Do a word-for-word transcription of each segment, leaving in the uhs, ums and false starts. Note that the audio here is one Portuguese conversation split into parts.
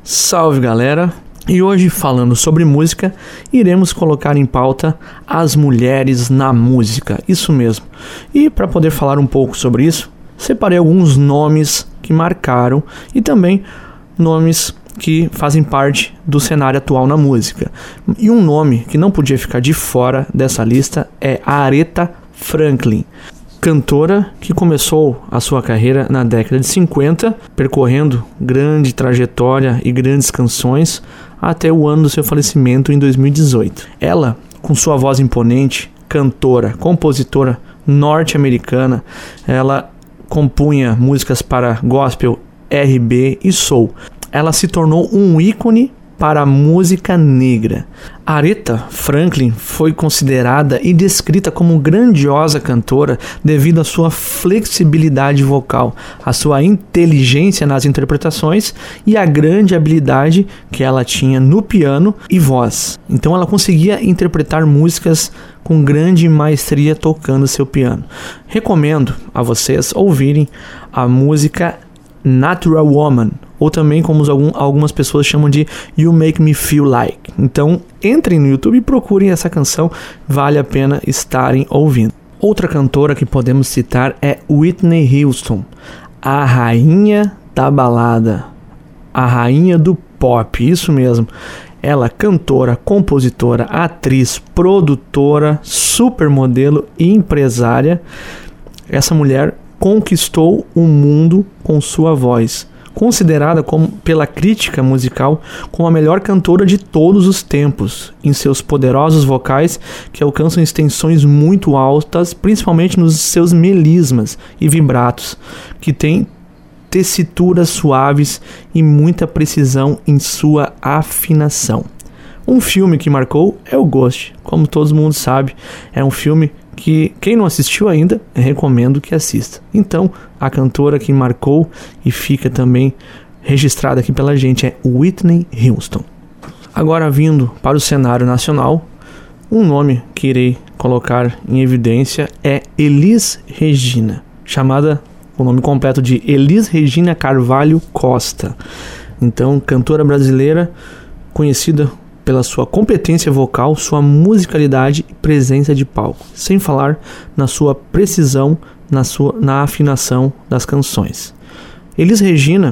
Salve galera! E hoje, falando sobre música, iremos colocar em pauta as mulheres na música, isso mesmo. E para poder falar um pouco sobre isso, separei alguns nomes que marcaram e também nomes que fazem parte do cenário atual na música. E um nome que não podia ficar de fora dessa lista é a Aretha Franklin, cantora que começou a sua carreira na década de cinquenta, percorrendo grande trajetória e grandes canções até o ano do seu falecimento em dois mil e dezoito. Ela, com sua voz imponente, cantora, compositora norte-americana, ela compunha músicas para gospel, R B e soul. Ela se tornou um ícone para a música negra. Aretha Franklin foi considerada e descrita como grandiosa cantora devido à sua flexibilidade vocal, à sua inteligência nas interpretações e à grande habilidade que ela tinha no piano e voz. Então ela conseguia interpretar músicas com grande maestria tocando seu piano. Recomendo a vocês ouvirem a música Natural Woman, ou também como algumas pessoas chamam de You Make Me Feel Like. Então entrem no YouTube e procurem essa canção, vale a pena estarem ouvindo. Outra cantora que podemos citar é Whitney Houston, a rainha da balada, a rainha do pop, isso mesmo. Ela, cantora, compositora, atriz, produtora, supermodelo e empresária. Essa mulher conquistou o mundo com sua voz, considerada como, pela crítica musical como a melhor cantora de todos os tempos, em seus poderosos vocais que alcançam extensões muito altas, principalmente nos seus melismas e vibratos, que têm tessituras suaves e muita precisão em sua afinação. Um filme que marcou é o Ghost, como todo mundo sabe, é um filme que quem não assistiu ainda, recomendo que assista. Então, a cantora que marcou e fica também registrada aqui pela gente é Whitney Houston. Agora, vindo para o cenário nacional, um nome que irei colocar em evidência é Elis Regina, chamada o nome completo de Elis Regina Carvalho Costa. Então, cantora brasileira conhecida pela sua competência vocal, sua musicalidade e presença de palco, sem falar na sua precisão na, sua, na afinação das canções. Elis Regina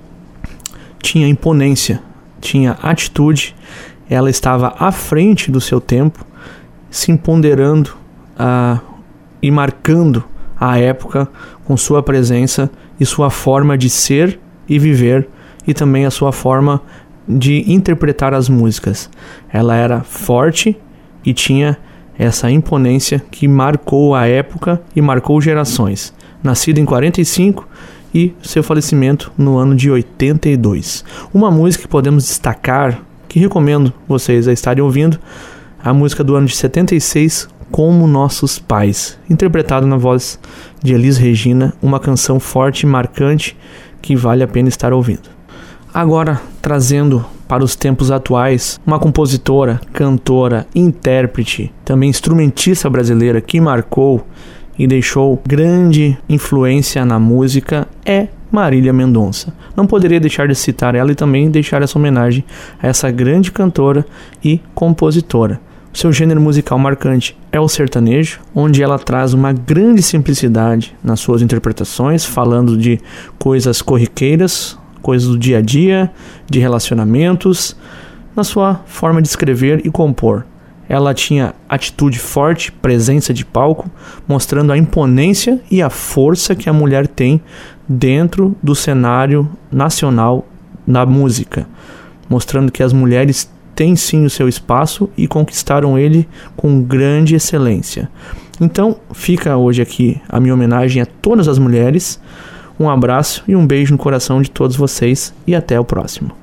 tinha imponência, tinha atitude, ela estava à frente do seu tempo, se empoderando uh, e marcando a época com sua presença e sua forma de ser e viver, e também a sua forma de interpretar as músicas. Ela era forte e tinha essa imponência que marcou a época e marcou gerações. Nascida em quarenta e cinco e seu falecimento no ano de oitenta e dois. Uma música que podemos destacar, que recomendo vocês a estarem ouvindo, a música do ano de setenta e seis, Como Nossos Pais, interpretada na voz de Elis Regina, uma canção forte e marcante que vale a pena estar ouvindo. Agora, trazendo para os tempos atuais, uma compositora, cantora, intérprete, também instrumentista brasileira que marcou e deixou grande influência na música é Marília Mendonça. Não poderia deixar de citar ela e também deixar essa homenagem a essa grande cantora e compositora. Seu gênero musical marcante é o sertanejo, onde ela traz uma grande simplicidade nas suas interpretações, falando de coisas corriqueiras, coisas do dia a dia, de relacionamentos, na sua forma de escrever e compor. Ela tinha atitude forte, presença de palco, mostrando a imponência e a força que a mulher tem dentro do cenário nacional da música, mostrando que as mulheres têm sim o seu espaço e conquistaram ele com grande excelência. Então, fica hoje aqui a minha homenagem a todas as mulheres. Um abraço e um beijo no coração de todos vocês e até o próximo.